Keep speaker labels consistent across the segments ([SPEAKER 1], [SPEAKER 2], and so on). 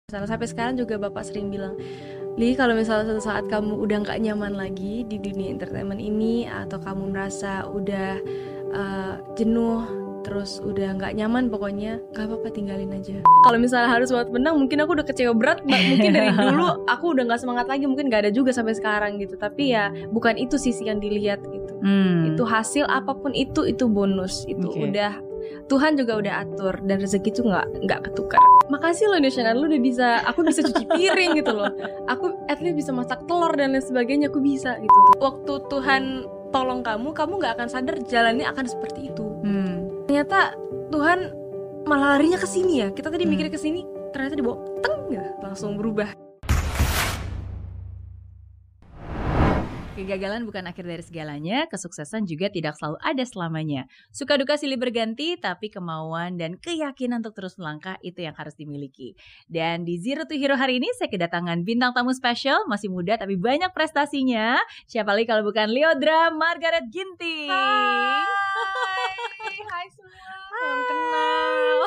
[SPEAKER 1] Sampai sekarang juga bapak sering bilang, Li, kalau misalnya suatu saat kamu udah gak nyaman lagi di dunia entertainment ini, atau kamu merasa udah jenuh, terus udah gak nyaman pokoknya, gak apa-apa, tinggalin aja. Kalau misalnya harus buat menang, mungkin aku udah kecewa berat, mungkin dari dulu aku udah gak semangat lagi, mungkin gak ada juga sampai sekarang gitu. Tapi ya bukan itu sisi yang dilihat gitu. Itu hasil apapun itu bonus. Itu udah Tuhan juga udah atur, dan rezeki itu nggak ketukar. Makasih loh Indonesia, lu udah bisa, aku bisa cuci piring gitu loh. Aku at least bisa masak telur dan lain sebagainya, aku bisa gitu. Waktu Tuhan tolong kamu nggak akan sadar jalannya akan seperti itu. Ternyata Tuhan malah larinya ke sini ya. Kita tadi mikir ke sini, ternyata dibawa teng ya, langsung berubah.
[SPEAKER 2] Kegagalan bukan akhir dari segalanya, kesuksesan juga tidak selalu ada selamanya. Suka duka silih berganti, tapi kemauan dan keyakinan untuk terus melangkah itu yang harus dimiliki. Dan di Zero to Hero hari ini saya kedatangan bintang tamu spesial, masih muda tapi banyak prestasinya. Siapa lagi kalau bukan Lyodra Margaret Ginting.
[SPEAKER 1] Hai semua, salam kenal.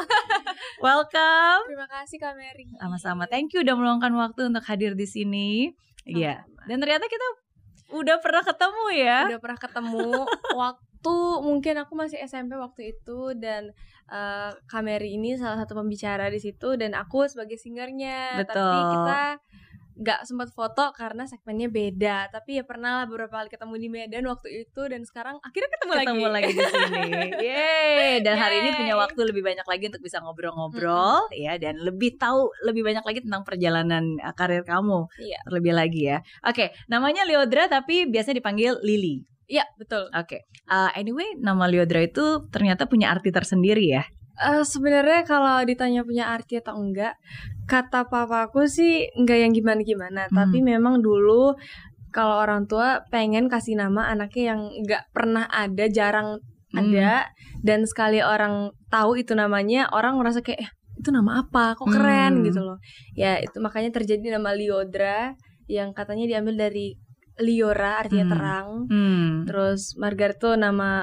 [SPEAKER 2] Welcome.
[SPEAKER 1] Terima kasih Kak Mary.
[SPEAKER 2] Sama-sama, thank you udah meluangkan waktu untuk hadir di sini. Iya. Dan ternyata kita udah pernah ketemu ya?
[SPEAKER 1] Udah pernah ketemu waktu mungkin aku masih SMP waktu itu, dan Kak Mary ini salah satu pembicara di situ dan aku sebagai singernya.
[SPEAKER 2] Betul.
[SPEAKER 1] Tapi kita nggak sempat foto karena segmennya beda. Tapi ya pernah lah beberapa kali ketemu di Medan waktu itu, dan sekarang akhirnya ketemu
[SPEAKER 2] lagi di sini. Yeay. Dan hari ini punya waktu lebih banyak lagi untuk bisa ngobrol-ngobrol ya, dan lebih tahu lebih banyak lagi tentang perjalanan karir kamu.
[SPEAKER 1] Iya.
[SPEAKER 2] Terlebih lagi ya. Oke, namanya Lyodra tapi biasanya dipanggil Lily.
[SPEAKER 1] Iya, betul.
[SPEAKER 2] Oke. Anyway, nama Lyodra itu ternyata punya arti tersendiri ya.
[SPEAKER 1] Sebenarnya kalau ditanya punya arti atau enggak, kata papaku sih enggak yang gimana-gimana. Tapi memang dulu kalau orang tua pengen kasih nama anaknya yang enggak pernah ada, jarang ada, dan sekali orang tahu itu namanya, orang merasa kayak itu nama apa, kok keren gitu loh. Ya itu makanya terjadi nama Lyodra, yang katanya diambil dari Liora, artinya terang. Terus Margaret tuh nama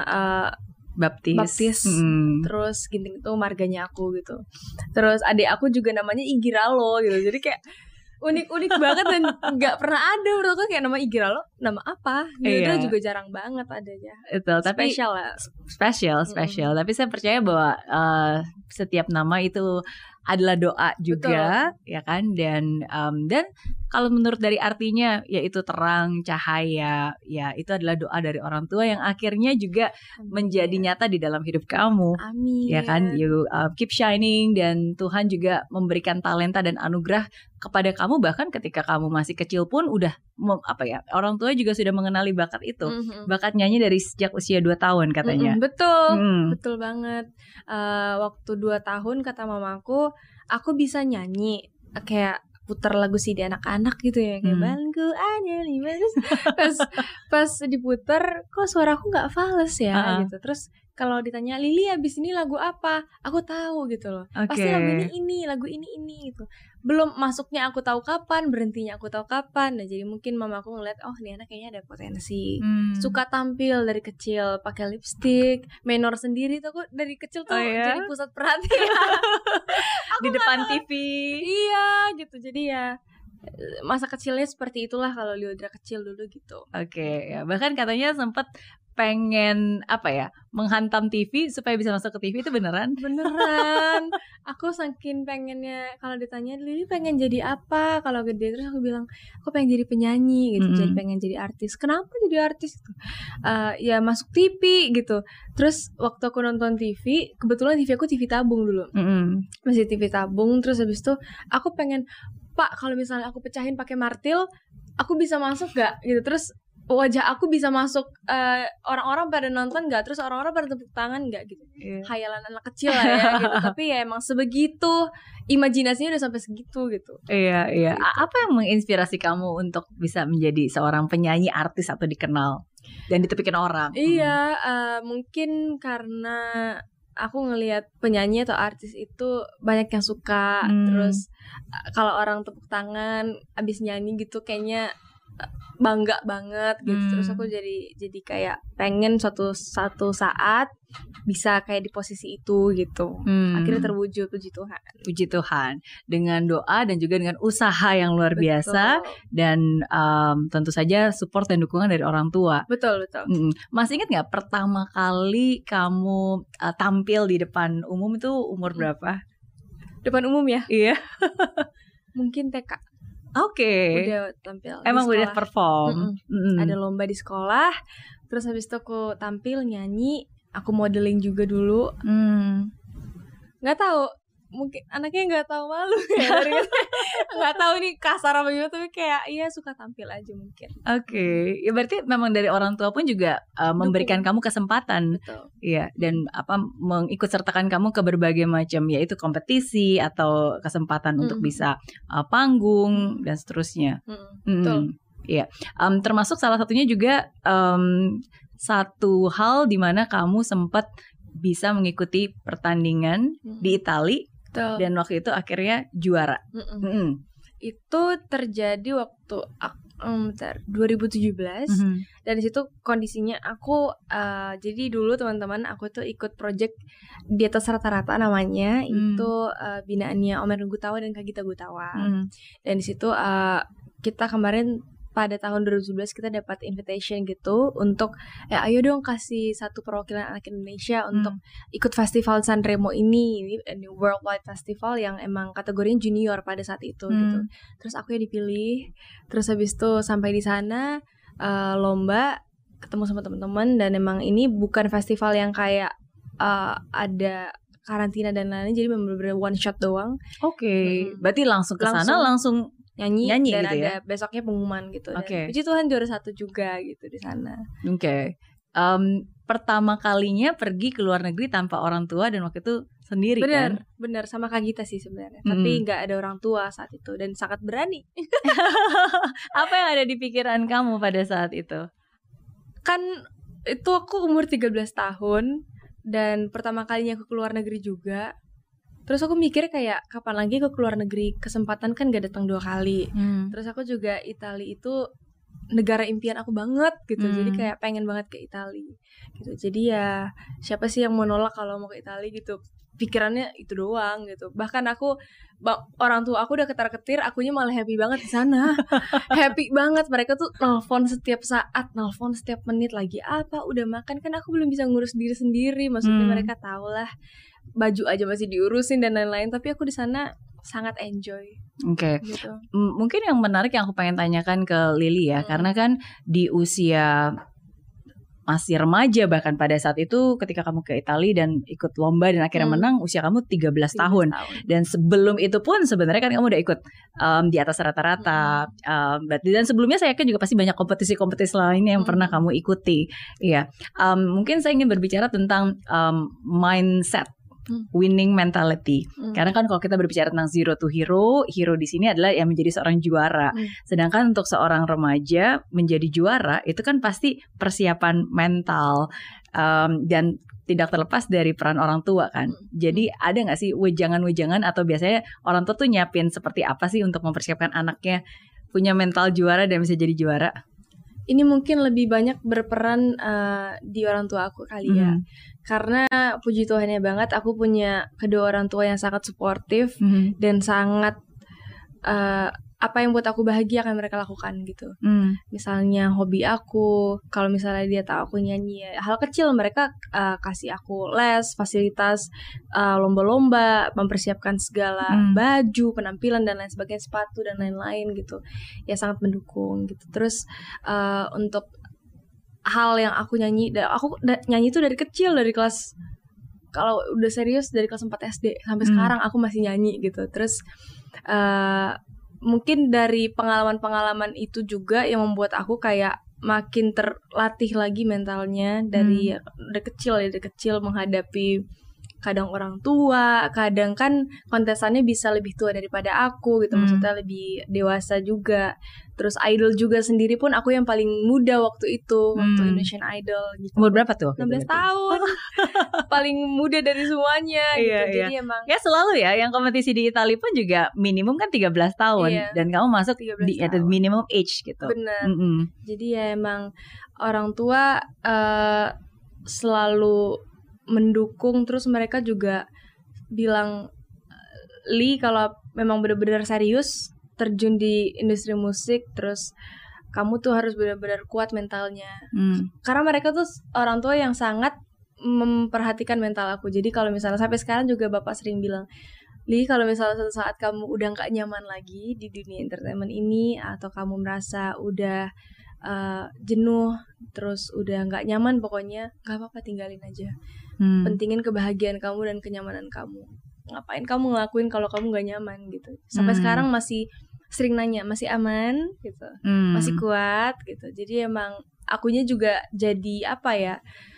[SPEAKER 1] Baptis. Terus Ginting itu marganya aku gitu. Terus adik aku juga namanya Igiralo gitu. Jadi kayak unik-unik banget dan nggak pernah ada menurut aku kayak nama Igiralo, nama apa? Lyodra juga jarang banget adanya.
[SPEAKER 2] Betul, tapi
[SPEAKER 1] spesial lah.
[SPEAKER 2] Spesial. Tapi saya percaya bahwa setiap nama itu adalah doa juga. Betul. Ya kan, dan kalau menurut dari artinya yaitu terang, cahaya, ya itu adalah doa dari orang tua yang akhirnya juga menjadi nyata di dalam hidup kamu.
[SPEAKER 1] Amin.
[SPEAKER 2] Ya kan, you keep shining, dan Tuhan juga memberikan talenta dan anugerah kepada kamu bahkan ketika kamu masih kecil pun udah orang tua juga sudah mengenali bakat itu. Bakat nyanyi dari sejak usia 2 tahun katanya.
[SPEAKER 1] Betul banget. Waktu 2 tahun kata mamaku, aku bisa nyanyi kayak putar lagu CD anak-anak gitu ya, kayak balku aja 5. Pas diputar kok suaraku nggak fales ya gitu. Terus kalau ditanya Lili abis ini lagu apa, aku tahu gitu loh. Pasti lagu ini gitu. Belum masuknya aku tahu kapan, berhentinya aku tahu kapan. Nah jadi mungkin mamaku ngeliat, oh ini anak kayaknya ada potensi. Suka tampil dari kecil, pakai lipstick, menor sendiri tuh, aku dari kecil tuh jadi pusat perhatian.
[SPEAKER 2] Di depan TV.
[SPEAKER 1] Iya gitu, jadi ya masa kecilnya seperti itulah kalau Lyodra kecil dulu gitu.
[SPEAKER 2] Oke, ya bahkan katanya sempat pengen menghantam TV supaya bisa masuk ke TV, itu beneran?
[SPEAKER 1] Beneran. Aku saking pengennya, kalau ditanya Lili pengen jadi apa kalau gede, terus aku bilang aku pengen jadi penyanyi gitu, jadi pengen jadi artis. Kenapa jadi artis gitu? Ya masuk TV gitu. Terus waktu aku nonton TV, kebetulan TV aku TV tabung dulu, masih TV tabung. Terus habis itu aku pengen, Pak kalau misalnya aku pecahin pakai martil, aku bisa masuk gak gitu. Terus wajah aku bisa masuk, orang-orang pada nonton gak, terus orang-orang pada tepuk tangan gak gitu. Khayalan anak kecil lah ya gitu. Tapi ya emang sebegitu, imajinasinya udah sampai segitu gitu.
[SPEAKER 2] Iya. Gitu. Apa yang menginspirasi kamu untuk bisa menjadi seorang penyanyi, artis atau dikenal dan ditepikin orang?
[SPEAKER 1] Iya, mungkin karena aku ngelihat penyanyi atau artis itu banyak yang suka. Terus kalau orang tepuk tangan abis nyanyi gitu kayaknya bangga banget gitu. Terus aku jadi kayak pengen suatu saat bisa kayak di posisi itu gitu. Akhirnya terwujud, puji Tuhan.
[SPEAKER 2] Puji Tuhan, dengan doa dan juga dengan usaha yang luar biasa. Dan tentu saja support dan dukungan dari orang tua.
[SPEAKER 1] Betul.
[SPEAKER 2] Masih ingat nggak pertama kali kamu tampil di depan umum itu umur berapa?
[SPEAKER 1] Depan umum ya?
[SPEAKER 2] Iya.
[SPEAKER 1] Mungkin TK.
[SPEAKER 2] Oke.
[SPEAKER 1] Udah tampil.
[SPEAKER 2] Emang udah perform.
[SPEAKER 1] Ada lomba di sekolah. Terus habis itu aku tampil nyanyi. Aku modeling juga dulu. Nggak tahu. Mungkin anaknya nggak tahu malu ya. Nggak tahu ini kasar apa gimana, tapi kayak iya suka tampil aja mungkin.
[SPEAKER 2] Oke. Ya berarti memang dari orang tua pun juga memberikan kamu kesempatan.
[SPEAKER 1] Betul.
[SPEAKER 2] Iya, dan mengikut sertakan kamu ke berbagai macam yaitu kompetisi atau kesempatan untuk bisa panggung dan seterusnya.
[SPEAKER 1] Betul.
[SPEAKER 2] Iya. Termasuk salah satunya juga satu hal di mana kamu sempat bisa mengikuti pertandingan di Italia. Dan waktu itu akhirnya juara.
[SPEAKER 1] Itu terjadi waktu 2017. Dan di situ kondisinya aku jadi dulu teman-teman aku tuh ikut project di atas rata-rata namanya. Itu binaannya Omer Gutawa dan Kak Gita Gutawa. Dan di situ kita kemarin pada tahun 2011 kita dapat invitation gitu untuk ayo dong kasih satu perwakilan anak Indonesia untuk ikut festival Sanremo ini worldwide festival yang emang kategorinya junior pada saat itu gitu. Terus aku yang dipilih. Terus habis itu sampai di sana lomba, ketemu sama teman-teman, dan emang ini bukan festival yang kayak ada karantina dan lain-lain, jadi bener-bener one shot doang.
[SPEAKER 2] Oke. Berarti langsung ke sana langsung nyanyi
[SPEAKER 1] dan
[SPEAKER 2] gitu
[SPEAKER 1] ada
[SPEAKER 2] ya?
[SPEAKER 1] Besoknya pengumuman gitu.
[SPEAKER 2] Okay.
[SPEAKER 1] Puji Tuhan juara 1 juga gitu di sana.
[SPEAKER 2] Oke. Pertama kalinya pergi ke luar negeri tanpa orang tua dan waktu itu sendiri.
[SPEAKER 1] Bener sama Kak Gita sih sebenarnya. Tapi nggak ada orang tua saat itu dan sangat berani.
[SPEAKER 2] Apa yang ada di pikiran kamu pada saat itu?
[SPEAKER 1] Kan itu aku umur 13 tahun dan pertama kalinya aku ke luar negeri juga. Terus aku mikir kayak kapan lagi ke luar negeri, kesempatan kan gak datang 2 kali. Terus aku juga Italia itu negara impian aku banget gitu. Jadi kayak pengen banget ke Italia gitu. Jadi ya siapa sih yang mau nolak kalau mau ke Italia gitu. Pikirannya itu doang gitu. Bahkan orang tua aku udah ketar-ketir, akunya malah happy banget di sana. Happy banget, mereka tuh nelfon setiap saat, nelfon setiap menit, lagi apa, udah makan, kan aku belum bisa ngurus diri sendiri. Maksudnya mereka tahu lah, baju aja masih diurusin dan lain-lain, tapi aku di sana sangat enjoy.
[SPEAKER 2] Oke.
[SPEAKER 1] Gitu.
[SPEAKER 2] Mungkin yang menarik yang aku pengen tanyakan ke Lily ya, karena kan di usia masih remaja bahkan pada saat itu ketika kamu ke Italia dan ikut lomba dan akhirnya menang, usia kamu 13 tahun. Dan sebelum itu pun sebenarnya kan kamu udah ikut di atas rata-rata. Dan sebelumnya saya yakin juga pasti banyak kompetisi-kompetisi lainnya yang pernah kamu ikuti. Iya. Mungkin saya ingin berbicara tentang mindset, winning mentality. Karena kan kalau kita berbicara tentang zero to hero, hero di sini adalah yang menjadi seorang juara. Sedangkan untuk seorang remaja menjadi juara itu kan pasti persiapan mental dan tidak terlepas dari peran orang tua kan. Jadi ada nggak sih wejangan-wejangan atau biasanya orang tua tuh nyiapin seperti apa sih untuk mempersiapkan anaknya punya mental juara dan bisa jadi juara?
[SPEAKER 1] Ini mungkin lebih banyak berperan di orang tua aku kali ya. Karena puji Tuhannya banget aku punya kedua orang tua yang sangat suportif dan sangat apa yang buat aku bahagia akan mereka lakukan gitu. Misalnya hobi aku, kalau misalnya dia tahu aku nyanyi, hal kecil mereka kasih aku les, fasilitas lomba-lomba, mempersiapkan segala baju, penampilan dan lain sebagainya, sepatu dan lain-lain gitu. Ya sangat mendukung gitu. Terus untuk hal yang aku nyanyi itu dari kecil, dari kelas, kalau udah serius dari kelas 4 SD sampai sekarang aku masih nyanyi gitu. Terus mungkin dari pengalaman-pengalaman itu juga yang membuat aku kayak makin terlatih lagi mentalnya dari kecil menghadapi kadang orang tua, kadang kan kontestannya bisa lebih tua daripada aku gitu, maksudnya lebih dewasa juga. Terus idol juga sendiri pun aku yang paling muda waktu itu, waktu Indonesian Idol gitu.
[SPEAKER 2] Umur berapa tuh?
[SPEAKER 1] 16 tahun. Paling muda dari semuanya gitu. Jadi emang
[SPEAKER 2] ya selalu ya, yang kompetisi di Italia pun juga minimum kan 13 tahun dan kamu masuk di at the minimum age gitu.
[SPEAKER 1] Benar. Jadi ya emang orang tua selalu mendukung, terus mereka juga bilang, Li kalau memang benar-benar serius terjun di industri musik, terus kamu tuh harus benar-benar kuat mentalnya. Karena mereka tuh orang tua yang sangat memperhatikan mental aku. Jadi kalau misalnya sampai sekarang juga bapak sering bilang, Li kalau misalnya suatu saat kamu udah gak nyaman lagi di dunia entertainment ini, atau kamu merasa udah jenuh, terus udah gak nyaman, pokoknya gak apa-apa, tinggalin aja. Pentingin kebahagiaan kamu dan kenyamanan kamu. Ngapain kamu ngelakuin kalau kamu gak nyaman gitu. Sampai sekarang masih sering nanya, masih aman gitu, masih kuat gitu. Jadi emang akunya juga jadi apa ya,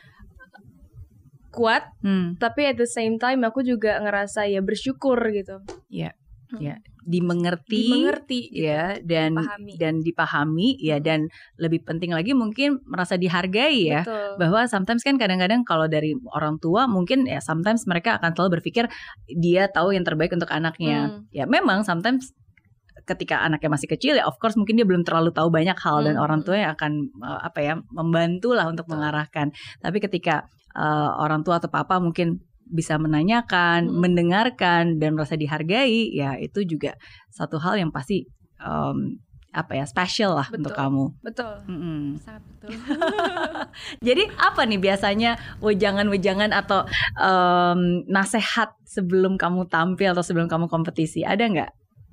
[SPEAKER 1] kuat, tapi at the same time aku juga ngerasa ya bersyukur gitu.
[SPEAKER 2] Ya, dimengerti gitu, ya, dan dipahami ya, dan lebih penting lagi mungkin merasa dihargai ya. Betul. Bahwa sometimes kan kadang-kadang kalau dari orang tua mungkin ya sometimes mereka akan selalu berpikir dia tahu yang terbaik untuk anaknya. Ya memang sometimes ketika anaknya masih kecil ya of course mungkin dia belum terlalu tahu banyak hal, dan orang tua yang akan membantu lah untuk mengarahkan. Tapi ketika orang tua atau papa mungkin bisa menanyakan, mendengarkan, dan merasa dihargai, ya itu juga satu hal yang pasti special lah. Betul. Untuk kamu.
[SPEAKER 1] Betul. Sangat betul.
[SPEAKER 2] Jadi apa nih biasanya wejangan-wejangan atau nasihat sebelum kamu tampil atau sebelum kamu kompetisi, ada nggak?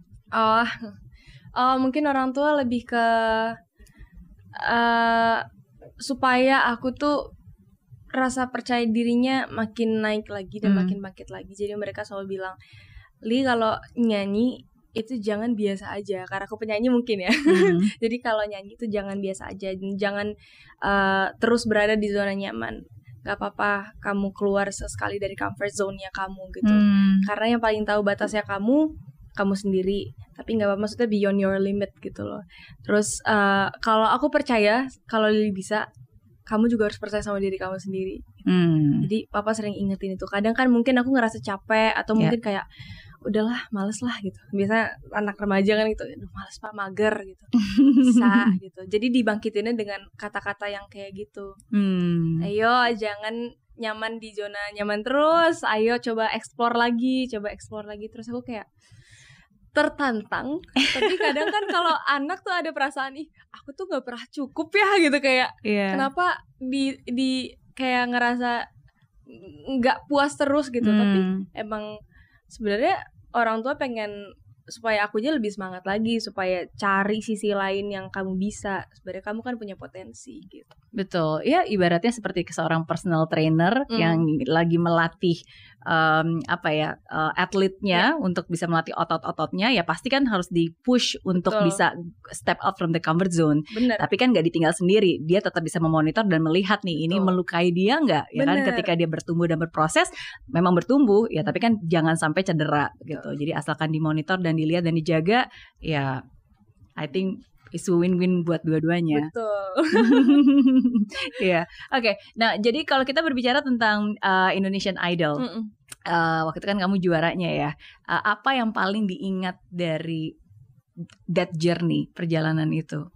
[SPEAKER 1] Mungkin orang tua lebih ke supaya aku tuh rasa percaya dirinya makin naik lagi dan makin bangkit lagi. Jadi mereka selalu bilang, Li kalau nyanyi itu jangan biasa aja, karena aku penyanyi mungkin ya. Jadi kalau nyanyi itu jangan biasa aja, jangan terus berada di zona nyaman. Gak apa-apa kamu keluar sesekali dari comfort zone-nya kamu gitu. Karena yang paling tahu batasnya kamu sendiri, tapi nggak apa, maksudnya beyond your limit gitu loh. Terus kalau aku percaya kalau Lili bisa, kamu juga harus percaya sama diri kamu sendiri. Jadi papa sering ingetin itu. Kadang kan mungkin aku ngerasa capek atau mungkin kayak udahlah males lah gitu. Biasanya anak remaja kan gitu, aduh males pak, mager gitu. Bisa gitu. Jadi dibangkitinnya dengan kata-kata yang kayak gitu. Ayo jangan nyaman di zona nyaman terus, ayo coba explore lagi. Terus aku kayak tertantang, tapi kadang kan kalau anak tuh ada perasaan, aku tuh nggak pernah cukup ya gitu, kayak kenapa di kayak ngerasa nggak puas terus gitu. Tapi emang sebenarnya orang tua pengen supaya akunya lebih semangat lagi, supaya cari sisi lain yang kamu bisa. Sebenarnya kamu kan punya potensi gitu.
[SPEAKER 2] Betul, ya ibaratnya seperti seorang personal trainer yang lagi melatih atletnya untuk bisa melatih otot-ototnya, ya pasti kan harus di-push untuk bisa step out from the comfort zone.
[SPEAKER 1] Bener.
[SPEAKER 2] Tapi kan gak ditinggal sendiri, dia tetap bisa memonitor dan melihat nih, ini melukai dia gak? Ya kan, ketika dia bertumbuh dan berproses, memang bertumbuh, ya tapi kan jangan sampai cedera gitu. Jadi asalkan dimonitor dan dilihat dan dijaga, ya I think it's a win-win buat dua-duanya.
[SPEAKER 1] Betul.
[SPEAKER 2] Iya. Oke. Nah, jadi kalau kita berbicara tentang Indonesian Idol, waktu itu kan kamu juaranya ya. Apa yang paling diingat dari that journey, perjalanan itu?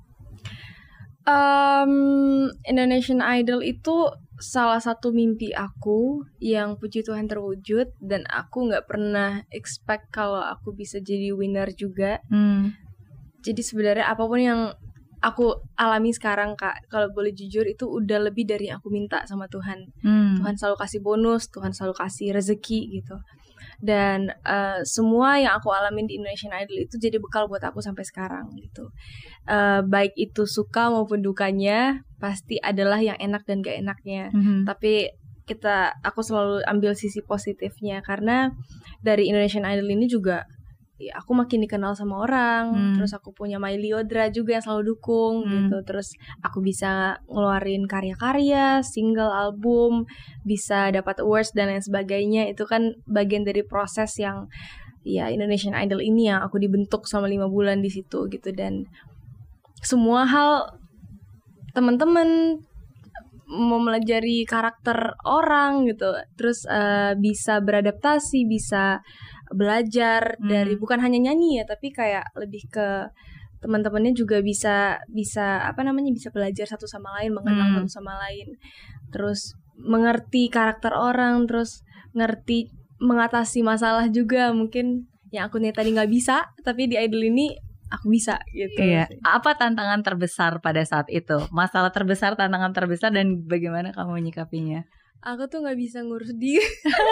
[SPEAKER 1] Indonesian Idol itu salah satu mimpi aku yang puji Tuhan terwujud, dan aku nggak pernah expect kalau aku bisa jadi winner juga. Jadi sebenarnya apapun yang aku alami sekarang, Kak, kalau boleh jujur itu udah lebih dari yang aku minta sama Tuhan. Tuhan selalu kasih bonus, Tuhan selalu kasih rezeki gitu. Dan semua yang aku alamin di Indonesian Idol itu jadi bekal buat aku sampai sekarang gitu. Baik itu suka maupun dukanya, pasti adalah yang enak dan gak enaknya. Tapi aku selalu ambil sisi positifnya, karena dari Indonesian Idol ini juga ya aku makin dikenal sama orang. Terus aku punya My Liodra juga yang selalu dukung gitu. Terus aku bisa ngeluarin karya-karya, single, album, bisa dapat awards dan lain sebagainya. Itu kan bagian dari proses yang ya Indonesian Idol ini yang aku dibentuk selama 5 bulan di situ gitu. Dan semua hal teman-teman mempelajari karakter orang gitu, terus bisa beradaptasi, bisa belajar dari bukan hanya nyanyi ya, tapi kayak lebih ke teman-temannya juga bisa bisa belajar satu sama lain, mengenal satu sama lain, terus mengerti karakter orang, terus ngerti mengatasi masalah juga mungkin yang aku tadi nggak bisa, tapi di Idol ini aku bisa gitu.
[SPEAKER 2] Iya. Apa tantangan terbesar pada saat itu? Masalah terbesar, tantangan terbesar, dan bagaimana kamu menyikapinya?
[SPEAKER 1] Aku tuh nggak bisa ngurus diri.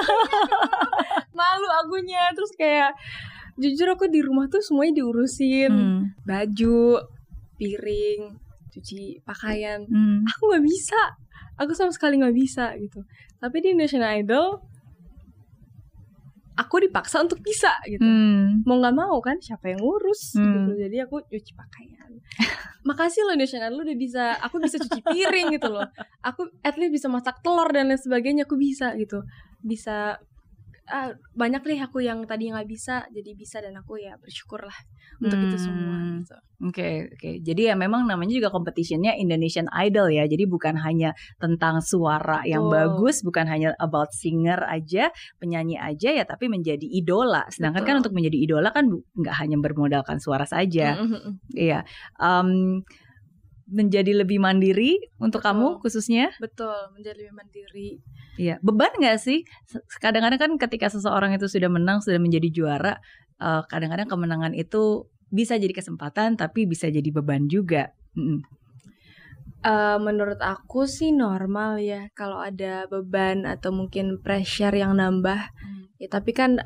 [SPEAKER 1] Malu akunya. Terus kayak jujur aku di rumah tuh semuanya diurusin. Baju, piring, cuci pakaian. Aku nggak bisa. Aku sama sekali nggak bisa gitu. Tapi di Indonesian Idol aku dipaksa untuk bisa gitu. Mau gak mau kan, siapa yang ngurus gitu. Jadi aku cuci pakaian. Makasih loh Indonesian Idol, lu udah bisa. Aku bisa cuci piring gitu loh. Aku at least bisa masak telur dan lain sebagainya. Aku bisa gitu. Bisa banyak deh aku yang tadi gak bisa jadi bisa, dan aku ya bersyukur lah untuk itu semua gitu.
[SPEAKER 2] Oke. Jadi ya memang namanya juga competitionnya Indonesian Idol ya. Jadi bukan hanya tentang suara yang bagus, bukan hanya about singer aja, penyanyi aja ya, tapi menjadi idola. Sedangkan kan untuk menjadi idola kan nggak hanya bermodalkan suara saja. Iya. Menjadi lebih mandiri untuk kamu khususnya.
[SPEAKER 1] Betul, menjadi lebih mandiri.
[SPEAKER 2] Iya. Beban nggak sih? Kadang-kadang kan ketika seseorang itu sudah menang, sudah menjadi juara, kadang-kadang kemenangan itu bisa jadi kesempatan, tapi bisa jadi beban juga.
[SPEAKER 1] Menurut aku sih normal ya kalau ada beban atau mungkin pressure yang nambah. Ya tapi kan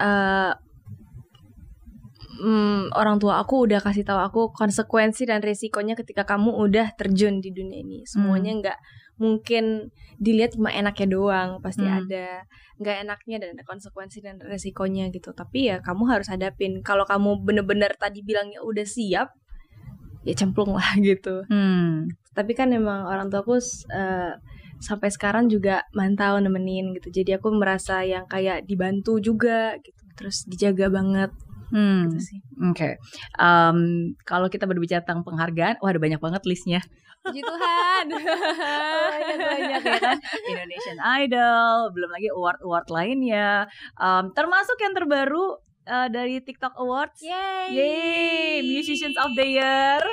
[SPEAKER 1] orang tua aku udah kasih tahu aku konsekuensi dan resikonya ketika kamu udah terjun di dunia ini. Semuanya nggak mungkin dilihat cuma enaknya doang, pasti ada nggak enaknya dan ada konsekuensi dan resikonya gitu. Tapi ya kamu harus hadapin. Kalau kamu bener-bener tadi bilangnya udah siap, ya cemplung lah gitu. Tapi kan emang orang tua aku sampai sekarang juga mantau nemenin gitu. Jadi aku merasa yang kayak dibantu juga gitu. Terus dijaga banget. Gitu sih.
[SPEAKER 2] Oke. Kalau kita berbicara tentang penghargaan, wah ada banyak banget listnya.
[SPEAKER 1] Puji Tuhan.
[SPEAKER 2] banyak ya kan. Indonesian Idol, belum lagi award lainnya. Termasuk yang terbaru dari TikTok Awards. Yay! Musicians of the Year.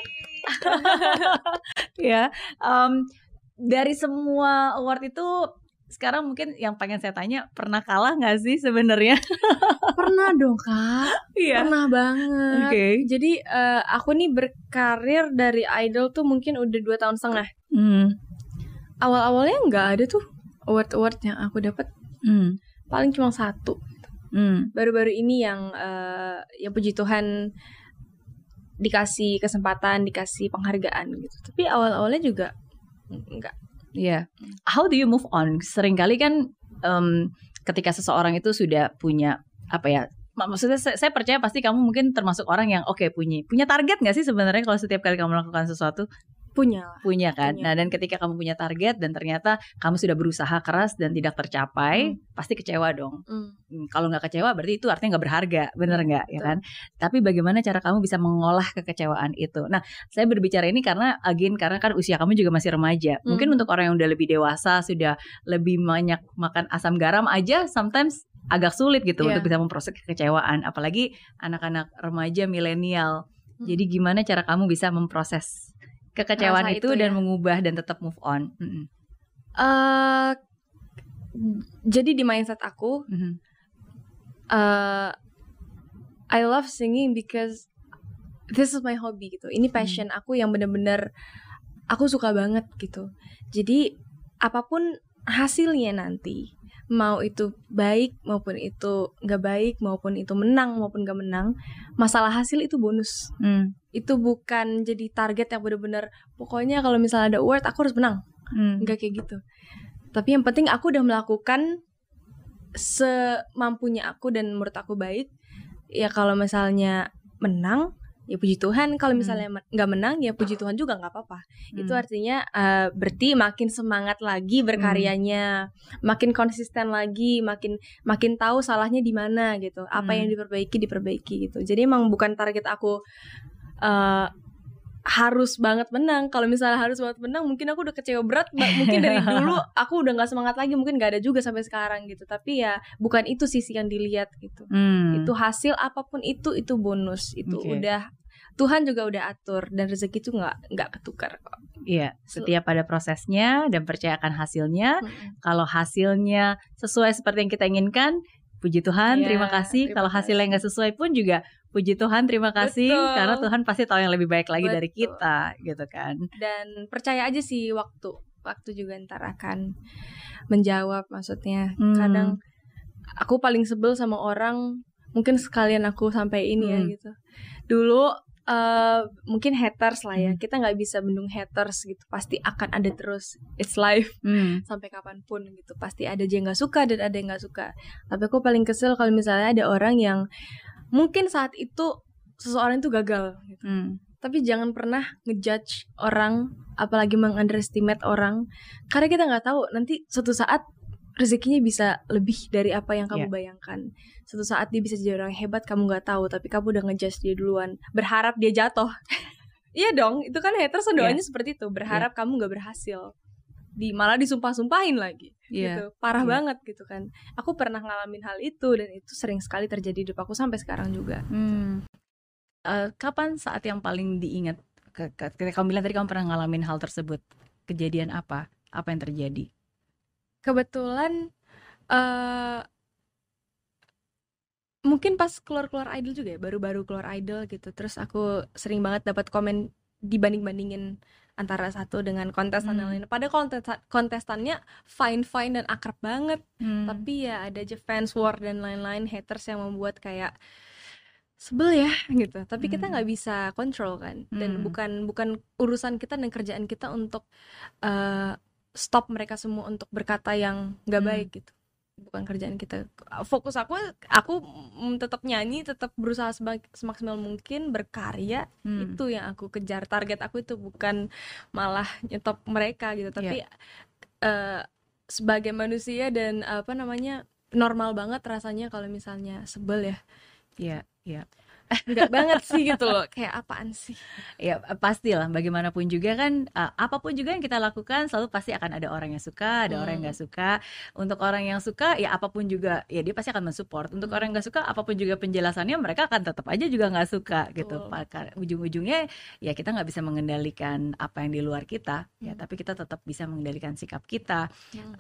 [SPEAKER 2] Ya. Dari semua award itu, sekarang mungkin yang pengen saya tanya, pernah kalah nggak sih sebenarnya?
[SPEAKER 1] Pernah dong Kak.
[SPEAKER 2] Iya.
[SPEAKER 1] Pernah banget. Jadi aku nih berkarir dari idol tuh mungkin udah 2 tahun setengah. Awal-awalnya nggak ada tuh award yang aku dapat. Paling cuma 1. Baru-baru ini yang ya puji Tuhan dikasih kesempatan, dikasih penghargaan gitu. Tapi awal-awalnya juga enggak.
[SPEAKER 2] Iya. How do you move on? Seringkali kan ketika seseorang itu sudah punya maksudnya saya percaya pasti kamu mungkin termasuk orang yang punya target nggak sih sebenarnya kalau setiap kali kamu melakukan sesuatu?
[SPEAKER 1] Punya
[SPEAKER 2] kan. Nah, dan ketika kamu punya target dan ternyata kamu sudah berusaha keras dan tidak tercapai, pasti kecewa dong. Kalau nggak kecewa berarti itu artinya nggak berharga, bener nggak ya kan? Tapi bagaimana cara kamu bisa mengolah kekecewaan itu? Nah, saya berbicara ini karena kan usia kamu juga masih remaja. Mungkin untuk orang yang udah lebih dewasa, sudah lebih banyak makan asam garam aja, sometimes agak sulit gitu untuk bisa memproses kekecewaan. Apalagi anak-anak remaja milenial. Jadi gimana cara kamu bisa memproses kekecewaan itu dan mengubah dan tetap move on?
[SPEAKER 1] Jadi di mindset aku, I love singing because this is my hobby gitu. Ini passion aku yang bener-bener aku suka banget gitu. Jadi apapun hasilnya nanti, mau itu baik maupun itu gak baik, maupun itu menang maupun gak menang, masalah hasil itu bonus. Itu bukan jadi target yang benar-benar pokoknya kalau misalnya ada award aku harus menang. Enggak kayak gitu. Tapi yang penting aku udah melakukan semampunya aku dan menurut aku baik, ya kalau misalnya menang ya puji Tuhan, kalau misalnya nggak menang ya puji Tuhan juga, nggak apa-apa. Itu artinya berarti makin semangat lagi berkaryanya, makin konsisten lagi, makin tahu salahnya di mana gitu, apa yang diperbaiki gitu. Jadi emang bukan target aku harus banget menang. Kalau misalnya harus banget menang, mungkin aku udah kecewa berat. Mungkin dari dulu aku udah nggak semangat lagi, mungkin nggak ada juga sampai sekarang gitu. Tapi ya bukan itu sisi yang dilihat gitu. Itu hasil apapun itu bonus. Itu udah Tuhan juga udah atur, dan rezeki itu nggak ketukar kok.
[SPEAKER 2] Iya, setiap ada prosesnya dan percayakan hasilnya. Kalau hasilnya sesuai seperti yang kita inginkan, puji Tuhan, terima kasih. Kalau hasilnya nggak sesuai pun juga puji Tuhan, terima kasih. Betul. Karena Tuhan pasti tahu yang lebih baik lagi dari kita, gitu kan.
[SPEAKER 1] Dan percaya aja sih, waktu juga ntar akan menjawab. Maksudnya kadang aku paling sebel sama orang, mungkin sekalian aku sampai ini ya gitu. Dulu mungkin haters lah ya, kita nggak bisa bendung haters gitu, pasti akan ada terus, it's life. Sampai kapanpun gitu, pasti ada yang nggak suka dan ada yang nggak suka. Tapi aku paling kesel kalau misalnya ada orang yang mungkin saat itu seseorang itu gagal gitu. Tapi jangan pernah ngejudge orang, apalagi mengunderestimate orang, karena kita nggak tahu nanti suatu saat rezekinya bisa lebih dari apa yang kamu bayangkan. Suatu saat dia bisa jadi orang hebat, kamu gak tahu, tapi kamu udah ngejudge dia duluan, berharap dia jatuh. Iya dong, itu kan haters doanya seperti itu, berharap kamu gak berhasil, malah disumpah-sumpahin lagi gitu. Parah banget gitu kan. Aku pernah ngalamin hal itu, dan itu sering sekali terjadi di hidup aku sampai sekarang juga.
[SPEAKER 2] Kapan saat yang paling diingat? Ketika kamu bilang tadi kamu pernah ngalamin hal tersebut, kejadian apa yang terjadi?
[SPEAKER 1] Kebetulan mungkin pas keluar Idol juga ya, baru-baru keluar Idol gitu. Terus aku sering banget dapat komen dibanding-bandingin antara satu dengan kontestan yang lain. Padahal kontestannya fine dan akrab banget. Tapi ya ada aja fans war dan lain-lain, haters yang membuat kayak sebel ya gitu. Tapi kita nggak bisa kontrol kan. Dan bukan urusan kita dan kerjaan kita untuk stop mereka semua untuk berkata yang nggak baik gitu. Bukan kerjaan kita. Fokus aku tetap nyanyi, tetap berusaha semaksimal mungkin berkarya. Itu yang aku kejar. Target aku itu bukan malah nyetop mereka gitu. Tapi sebagai manusia dan normal banget rasanya kalau misalnya sebel ya.
[SPEAKER 2] Iya.
[SPEAKER 1] Enggak banget sih gitu loh, kayak apaan sih?
[SPEAKER 2] Ya pastilah, bagaimanapun juga kan, apapun juga yang kita lakukan selalu pasti akan ada orang yang suka, ada orang yang nggak suka. Untuk orang yang suka ya apapun juga ya dia pasti akan mensupport. Untuk orang yang nggak suka apapun juga penjelasannya, mereka akan tetap aja juga nggak suka gitu. Ujung-ujungnya ya kita nggak bisa mengendalikan apa yang di luar kita ya, tapi kita tetap bisa mengendalikan sikap kita.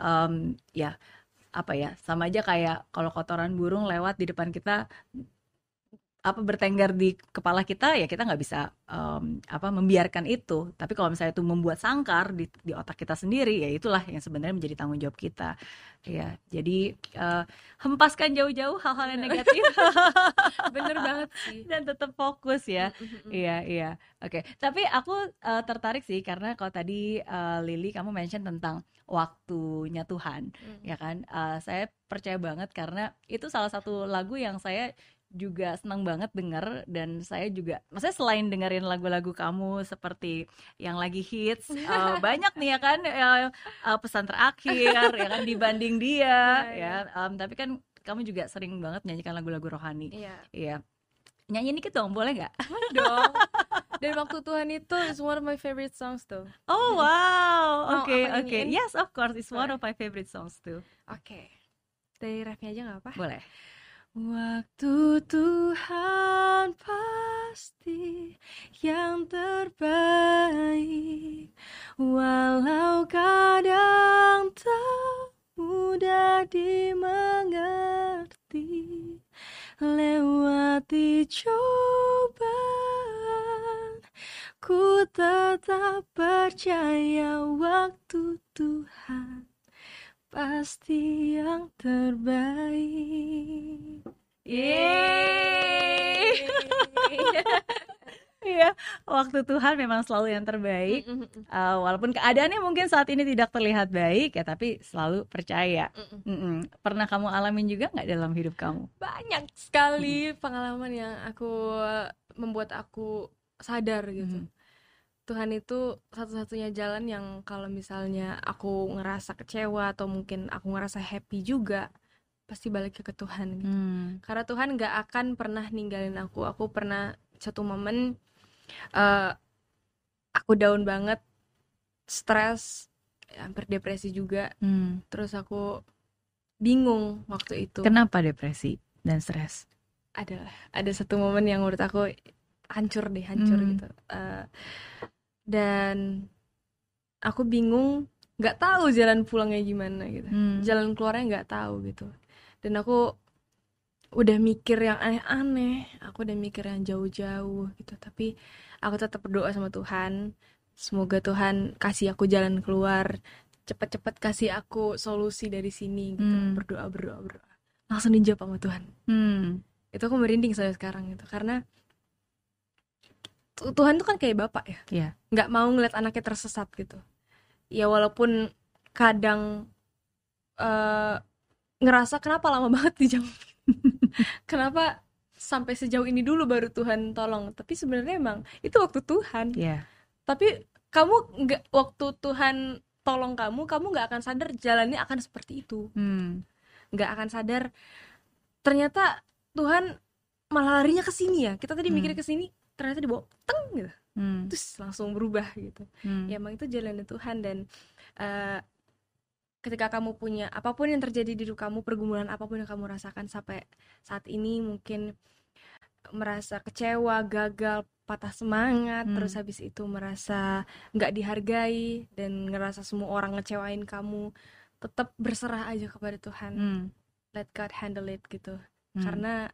[SPEAKER 2] Sama aja kayak kalau kotoran burung lewat di depan kita, bertengger di kepala kita, ya kita nggak bisa membiarkan itu. Tapi kalau misalnya itu membuat sangkar di otak kita sendiri, ya itulah yang sebenarnya menjadi tanggung jawab kita. Ya, jadi hempaskan jauh-jauh hal-hal yang negatif.
[SPEAKER 1] Bener banget sih.
[SPEAKER 2] Dan tetap fokus ya. Iya. Oke. Tapi aku tertarik sih karena kalau tadi Lily kamu mention tentang waktunya Tuhan, ya kan? Saya percaya banget karena itu salah satu lagu yang saya juga senang banget denger, dan saya juga maksudnya selain dengerin lagu-lagu kamu seperti yang lagi hits, banyak nih ya kan, pesan terakhir ya kan, dibanding dia tapi kan kamu juga sering banget menyanyikan lagu-lagu rohani. Iya. Nyanyi dikit dong, boleh nggak?
[SPEAKER 1] Dong. Dan Waktu Tuhan itu is one of my favorite songs tuh.
[SPEAKER 2] Oh wow, oke. Yes, of course, it's one of my favorite songs too.
[SPEAKER 1] Oke. Dari refnya aja nggak apa?
[SPEAKER 2] Boleh.
[SPEAKER 1] Waktu Tuhan pasti yang terbaik, walau kadang tak mudah dimengerti. Lewati cobaan, ku tetap percaya waktu Tuhan pasti yang terbaik.
[SPEAKER 2] Yeay. Iya, waktu Tuhan memang selalu yang terbaik.
[SPEAKER 1] Mm, mm, mm,
[SPEAKER 2] Walaupun keadaannya mungkin saat ini tidak terlihat baik ya, tapi selalu percaya.
[SPEAKER 1] mm, mm.
[SPEAKER 2] Pernah kamu alamin juga nggak dalam hidup kamu?
[SPEAKER 1] Banyak
[SPEAKER 2] Mm,
[SPEAKER 1] sekali pengalaman yang membuat aku sadar gitu.
[SPEAKER 2] mm,
[SPEAKER 1] Tuhan itu satu-satunya jalan yang kalau misalnya aku ngerasa kecewa atau mungkin aku ngerasa happy juga, pasti balik ke Tuhan gitu.
[SPEAKER 2] mm,
[SPEAKER 1] Karena Tuhan gak akan pernah ninggalin aku. Aku pernah satu momen eh, aku down banget, stres, hampir depresi juga.
[SPEAKER 2] mm.
[SPEAKER 1] Terus aku bingung waktu itu.
[SPEAKER 2] Kenapa depresi dan stres?
[SPEAKER 1] Ada satu momen yang menurut aku hancur
[SPEAKER 2] Mm,
[SPEAKER 1] gitu. Dan aku bingung, nggak tahu jalan pulangnya gimana gitu,
[SPEAKER 2] mm,
[SPEAKER 1] jalan keluarnya nggak tahu gitu. Dan aku udah mikir yang aneh-aneh, aku udah mikir yang jauh-jauh gitu, tapi aku tetap berdoa sama Tuhan, semoga Tuhan kasih aku jalan keluar, cepet-cepet kasih aku solusi dari sini gitu.
[SPEAKER 2] mm,
[SPEAKER 1] Berdoa berdoa berdoa, langsung dijawab sama Tuhan.
[SPEAKER 2] mm.
[SPEAKER 1] Itu aku merinding sampai sekarang gitu, karena Tuhan tuh kan kayak bapak ya,
[SPEAKER 2] Iya.
[SPEAKER 1] nggak mau ngeliat anaknya tersesat gitu. Ya walaupun kadang eh, ngerasa kenapa lama banget dijawab, kenapa sampai sejauh ini dulu baru Tuhan tolong. Tapi sebenarnya emang itu waktu Tuhan.
[SPEAKER 2] Iya.
[SPEAKER 1] Tapi kamu nggak, waktu Tuhan tolong kamu nggak akan sadar jalannya akan seperti itu,
[SPEAKER 2] Mm,
[SPEAKER 1] nggak akan sadar ternyata Tuhan malah larinya ke sini ya. Kita tadi mikir
[SPEAKER 2] mm,
[SPEAKER 1] ke sini, ternyata dibawa teng gitu,
[SPEAKER 2] mm,
[SPEAKER 1] terus langsung berubah gitu.
[SPEAKER 2] mm,
[SPEAKER 1] Ya emang itu jalannya Tuhan. Dan eh, ketika kamu punya apapun yang terjadi di hidup kamu, pergumulan apapun yang kamu rasakan sampai saat ini, mungkin merasa kecewa, gagal, patah semangat, terus
[SPEAKER 2] mm,
[SPEAKER 1] habis itu merasa nggak dihargai dan ngerasa semua orang ngecewain kamu, tetap berserah aja kepada Tuhan.
[SPEAKER 2] mm,
[SPEAKER 1] Let God handle it gitu.
[SPEAKER 2] mm.
[SPEAKER 1] Karena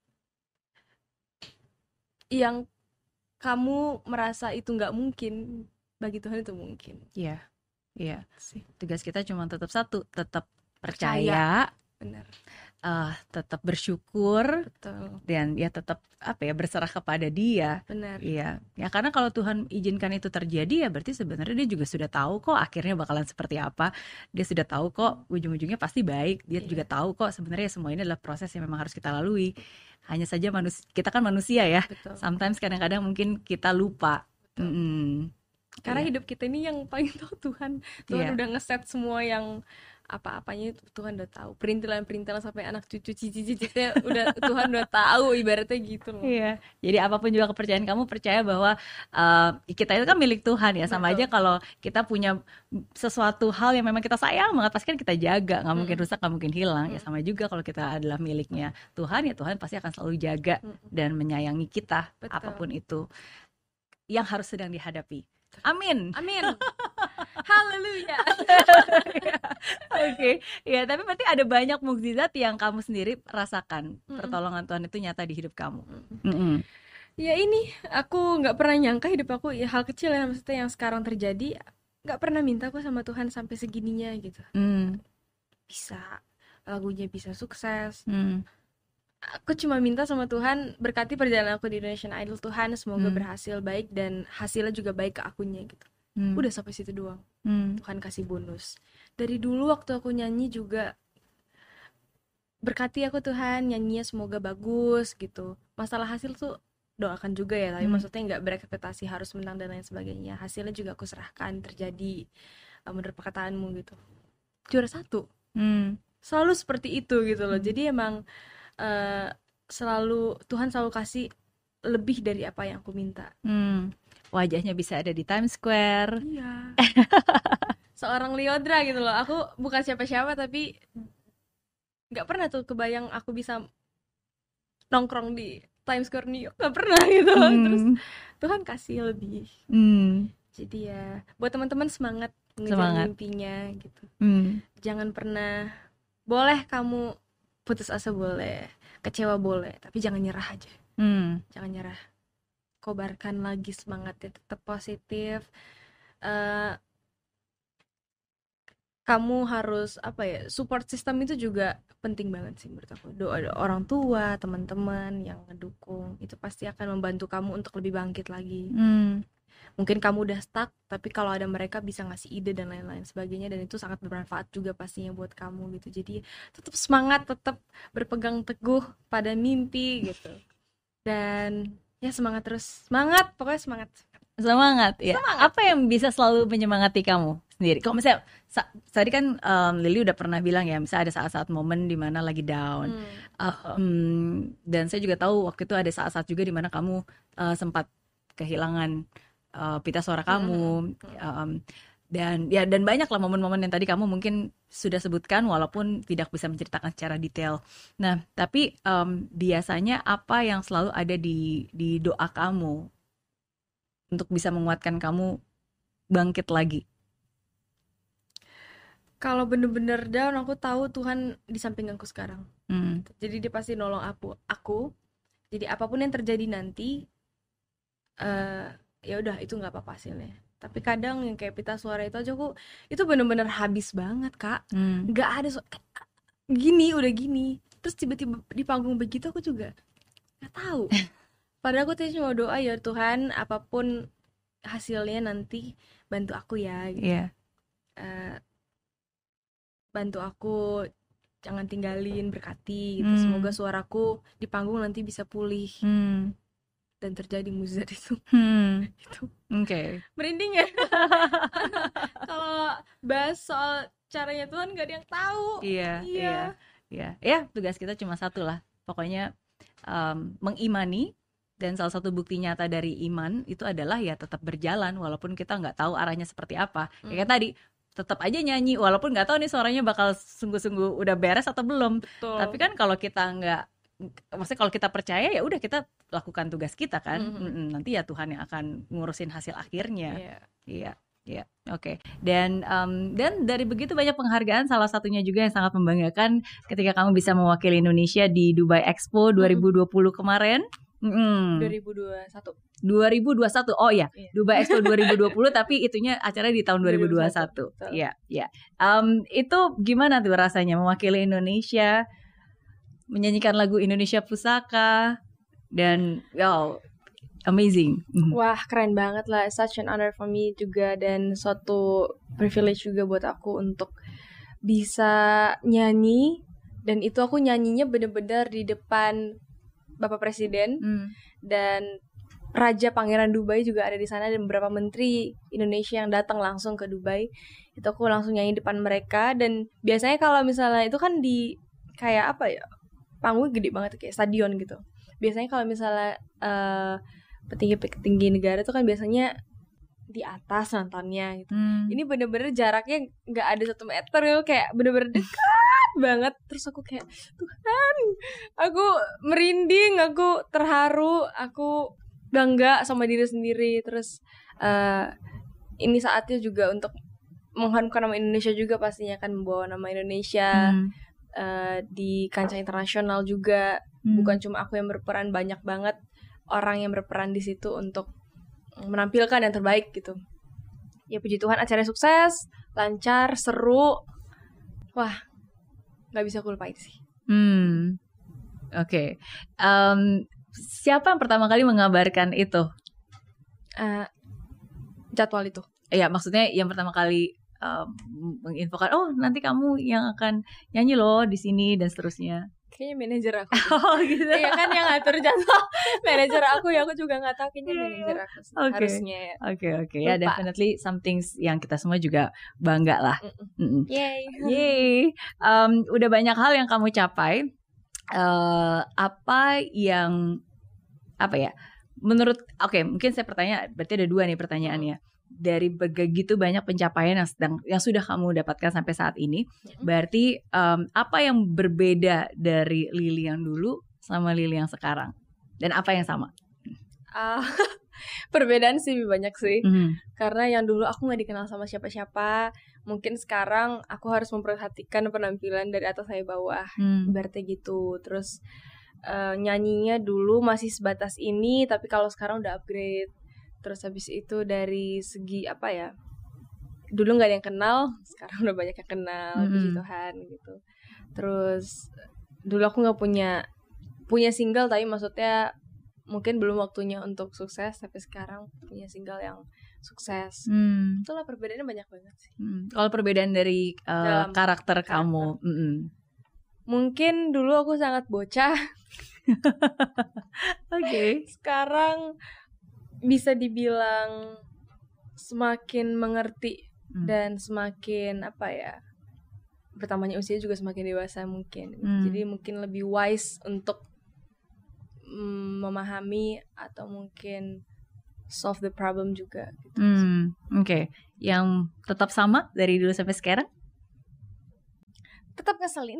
[SPEAKER 1] yang kamu merasa itu nggak mungkin, bagi Tuhan itu mungkin
[SPEAKER 2] Iya, iya.
[SPEAKER 1] sih.
[SPEAKER 2] Tugas kita cuma tetap satu, tetap
[SPEAKER 1] Percaya,
[SPEAKER 2] percaya,
[SPEAKER 1] benar,
[SPEAKER 2] tetap bersyukur,
[SPEAKER 1] betul,
[SPEAKER 2] dan ya tetap apa ya, berserah kepada Dia.
[SPEAKER 1] benar,
[SPEAKER 2] Iya, ya karena kalau Tuhan izinkan itu terjadi ya berarti sebenarnya Dia juga sudah tahu kok akhirnya bakalan seperti apa. Dia sudah tahu kok ujung-ujungnya pasti baik. Dia juga
[SPEAKER 1] iya,
[SPEAKER 2] tahu kok sebenarnya semua ini adalah proses yang memang harus kita lalui. Hanya saja kita kan manusia ya.
[SPEAKER 1] betul,
[SPEAKER 2] Sometimes kadang-kadang mungkin kita lupa.
[SPEAKER 1] betul. Karena
[SPEAKER 2] Iya,
[SPEAKER 1] hidup kita ini yang paling tahu Tuhan. Tuhan
[SPEAKER 2] iya.
[SPEAKER 1] udah ngeset semua yang apa-apanya itu Tuhan udah tahu. Perintilan-perintilan sampai anak cucu cici-cicitnya udah Tuhan udah tahu, ibaratnya gitu loh.
[SPEAKER 2] Iya, jadi apapun juga kepercayaan kamu, percaya bahwa kita itu kan milik Tuhan ya. Sama aja
[SPEAKER 1] Betul.
[SPEAKER 2] kalau kita punya sesuatu hal yang memang kita sayang banget, pasti kan kita jaga, nggak mungkin
[SPEAKER 1] Mm-mm.
[SPEAKER 2] rusak, nggak mungkin hilang. Ya
[SPEAKER 1] Mm-mm.
[SPEAKER 2] sama juga kalau kita adalah miliknya Tuhan, ya Tuhan pasti akan selalu jaga
[SPEAKER 1] Mm-mm.
[SPEAKER 2] dan menyayangi kita,
[SPEAKER 1] Betul.
[SPEAKER 2] apapun itu yang harus sedang dihadapi. Amin.
[SPEAKER 1] Amin. Haleluya.
[SPEAKER 2] Oke, ya tapi berarti ada banyak mukjizat yang kamu sendiri rasakan.
[SPEAKER 1] Mm-mm.
[SPEAKER 2] Pertolongan Tuhan itu nyata di hidup kamu.
[SPEAKER 1] Mm-mm.
[SPEAKER 2] Mm-mm.
[SPEAKER 1] Ya ini, aku nggak pernah nyangka hidup aku, ya hal kecil ya maksudnya yang sekarang terjadi, nggak pernah minta aku sama Tuhan sampai segininya gitu.
[SPEAKER 2] Mm,
[SPEAKER 1] Bisa lagunya bisa sukses.
[SPEAKER 2] mm,
[SPEAKER 1] Aku cuma minta sama Tuhan berkati perjalanan aku di Indonesian Idol. Tuhan semoga
[SPEAKER 2] mm,
[SPEAKER 1] berhasil baik dan hasilnya juga baik ke akunya gitu.
[SPEAKER 2] mm,
[SPEAKER 1] Udah sampai situ doang.
[SPEAKER 2] mm,
[SPEAKER 1] Tuhan kasih bonus. Dari dulu waktu aku nyanyi juga, berkati aku Tuhan, nyanyinya semoga bagus gitu. Masalah hasil tuh doakan juga ya, tapi
[SPEAKER 2] mm,
[SPEAKER 1] maksudnya nggak berekspektasi harus menang dan lain sebagainya. Hasilnya juga aku serahkan, terjadi menurut perkataanmu gitu. Juara satu.
[SPEAKER 2] mm,
[SPEAKER 1] Selalu seperti itu gitu loh.
[SPEAKER 2] mm,
[SPEAKER 1] Jadi emang eh, selalu Tuhan selalu kasih lebih dari apa yang aku minta.
[SPEAKER 2] mm. Wajahnya bisa ada di Times Square.
[SPEAKER 1] Iya. Seorang Liodra gitu loh. Aku bukan siapa-siapa tapi nggak pernah tuh kebayang aku bisa nongkrong di Times Square New York, nggak pernah gitu. Terus
[SPEAKER 2] Mm,
[SPEAKER 1] Tuhan kasih lebih.
[SPEAKER 2] mm,
[SPEAKER 1] Jadi ya buat teman-teman semangat mengejar
[SPEAKER 2] semangat.
[SPEAKER 1] mimpinya gitu.
[SPEAKER 2] Mm,
[SPEAKER 1] Jangan pernah, boleh kamu putus asa, boleh kecewa, boleh, tapi jangan nyerah aja.
[SPEAKER 2] mm,
[SPEAKER 1] Jangan nyerah, kobarkan lagi semangatnya, tetap positif. Eh, kamu harus apa ya, support system itu juga penting banget sih menurut aku. Doa orang tua, teman-teman yang ngedukung itu pasti akan membantu kamu untuk lebih bangkit lagi. Mungkin kamu udah stuck, tapi kalau ada mereka bisa ngasih ide dan lain-lain sebagainya, dan itu sangat bermanfaat juga pastinya buat kamu gitu. Jadi tetap semangat, tetap berpegang teguh pada mimpi gitu. Dan ya semangat terus, semangat, pokoknya semangat.
[SPEAKER 2] Semangat ya.
[SPEAKER 1] Semangat.
[SPEAKER 2] Apa yang bisa selalu menyemangati kamu sendiri? Kalau misalnya tadi kan Lily udah pernah bilang ya, misalnya ada saat-saat momen di mana lagi down. Dan saya juga tahu waktu itu ada saat-saat juga di mana kamu sempat kehilangan pita suara kamu. Dan banyak lah momen-momen yang tadi kamu mungkin sudah sebutkan walaupun tidak bisa menceritakan secara detail. Nah, tapi biasanya apa yang selalu ada di doa kamu untuk bisa menguatkan kamu bangkit lagi?
[SPEAKER 1] Kalau bener-bener down, aku tahu Tuhan di samping aku sekarang. Jadi dia pasti nolong aku. Jadi apapun yang terjadi nanti, ya udah itu nggak apa-apa hasilnya. Tapi kadang yang kayak pita suara itu aja aku itu bener-bener habis banget, Kak. Nggak ada gini, udah gini. Terus tiba-tiba di panggung begitu aku juga nggak tahu. Padahal aku tadi cuma doa, ya Tuhan, apapun hasilnya nanti bantu aku ya gitu.
[SPEAKER 2] Iya.
[SPEAKER 1] Bantu aku, jangan tinggalin, berkati gitu. Semoga suaraku di panggung nanti bisa pulih dan terjadi mukjizat itu. Gitu.
[SPEAKER 2] Oke.
[SPEAKER 1] Merinding ya. Kalau bahas soal caranya Tuhan gak ada yang tahu.
[SPEAKER 2] Iya. Ya, tugas kita cuma satu lah. Pokoknya mengimani, dan salah satu bukti nyata dari iman itu adalah ya tetap berjalan walaupun kita nggak tahu arahnya seperti apa. Kayak tadi, tetap aja nyanyi walaupun nggak tahu nih suaranya bakal sungguh-sungguh udah beres atau belum.
[SPEAKER 1] Betul.
[SPEAKER 2] Tapi kan kalau kita nggak, maksudnya kalau kita percaya ya udah kita lakukan tugas kita kan. Nanti ya Tuhan yang akan ngurusin hasil akhirnya. Iya. Oke. Dan dari begitu banyak penghargaan, salah satunya juga yang sangat membanggakan ketika kamu bisa mewakili Indonesia di Dubai Expo 2020 kemarin. 2021. Oh iya, Dubai Expo 2020 tapi itunya acaranya di tahun 2021. Iya. Itu gimana tuh rasanya mewakili Indonesia, menyanyikan lagu Indonesia Pusaka, dan amazing.
[SPEAKER 1] Wah, keren banget lah. Such an honor for me juga, dan suatu privilege juga buat aku untuk bisa nyanyi. Dan itu aku nyanyinya bener-bener di depan Bapak Presiden dan Raja Pangeran Dubai juga ada di sana, dan beberapa menteri Indonesia yang datang langsung ke Dubai. Itu aku langsung nyanyi depan mereka. Dan biasanya kalau misalnya itu kan di kayak apa ya, panggung gede banget kayak stadion gitu. Biasanya kalau misalnya petinggi negara itu kan biasanya di atas nontonnya gitu. Ini bener-bener jaraknya nggak ada 1 meter gitu, kayak bener-bener dekat banget. Terus aku kayak, Tuhan, aku merinding, aku terharu, aku bangga sama diri sendiri. Terus ini saatnya juga untuk mengharumkan nama Indonesia juga, pastinya akan membawa nama Indonesia di kancah internasional juga. Bukan cuma aku yang berperan, banyak banget orang yang berperan di situ untuk menampilkan yang terbaik gitu. Ya puji Tuhan, acaranya sukses, lancar, seru. Wah, nggak bisa aku lupain sih.
[SPEAKER 2] Oke. Siapa yang pertama kali mengabarkan itu?
[SPEAKER 1] Jadwal itu.
[SPEAKER 2] Iya, maksudnya yang pertama kali menginfokan, oh nanti kamu yang akan nyanyi loh di sini dan seterusnya.
[SPEAKER 1] Kayaknya manajer aku.
[SPEAKER 2] Oh gitu.
[SPEAKER 1] Iya kan yang ngatur jadwal. Manajer aku, ya aku juga nggak tahu, kayaknya manajer aku sih. Harusnya ya.
[SPEAKER 2] Oke. Ya, definitely something yang kita semua juga bangga lah.
[SPEAKER 1] Yay.
[SPEAKER 2] Udah banyak hal yang kamu capai. Apa ya? Menurut, mungkin saya berarti ada 2 nih pertanyaannya. Dari begitu banyak pencapaian yang sudah kamu dapatkan sampai saat ini, berarti apa yang berbeda dari Lily yang dulu sama Lily yang sekarang, dan apa yang sama?
[SPEAKER 1] Perbedaan sih banyak sih. Karena yang dulu aku nggak dikenal sama siapa-siapa, mungkin sekarang aku harus memperhatikan penampilan dari atas sampai bawah, berarti gitu. Terus nyanyinya dulu masih sebatas ini, tapi kalau sekarang udah upgrade. Terus habis itu dari segi apa ya, dulu nggak ada yang kenal, sekarang udah banyak yang kenal, puji
[SPEAKER 2] Mm-mm.
[SPEAKER 1] Tuhan gitu. Terus dulu aku nggak punya single, tapi maksudnya mungkin belum waktunya untuk sukses, tapi sekarang punya single yang sukses. Itulah perbedaannya banyak banget sih.
[SPEAKER 2] Kalau perbedaan dari
[SPEAKER 1] Dalam
[SPEAKER 2] karakter
[SPEAKER 1] karakter.
[SPEAKER 2] kamu,
[SPEAKER 1] Mungkin dulu aku sangat bocah,
[SPEAKER 2] Oke.
[SPEAKER 1] sekarang bisa dibilang semakin mengerti dan semakin apa ya, bertambahnya usia juga semakin dewasa mungkin. Jadi mungkin lebih wise untuk memahami atau mungkin solve the problem juga gitu.
[SPEAKER 2] Oke. Yang tetap sama dari dulu sampai sekarang?
[SPEAKER 1] Tetap ngeselin.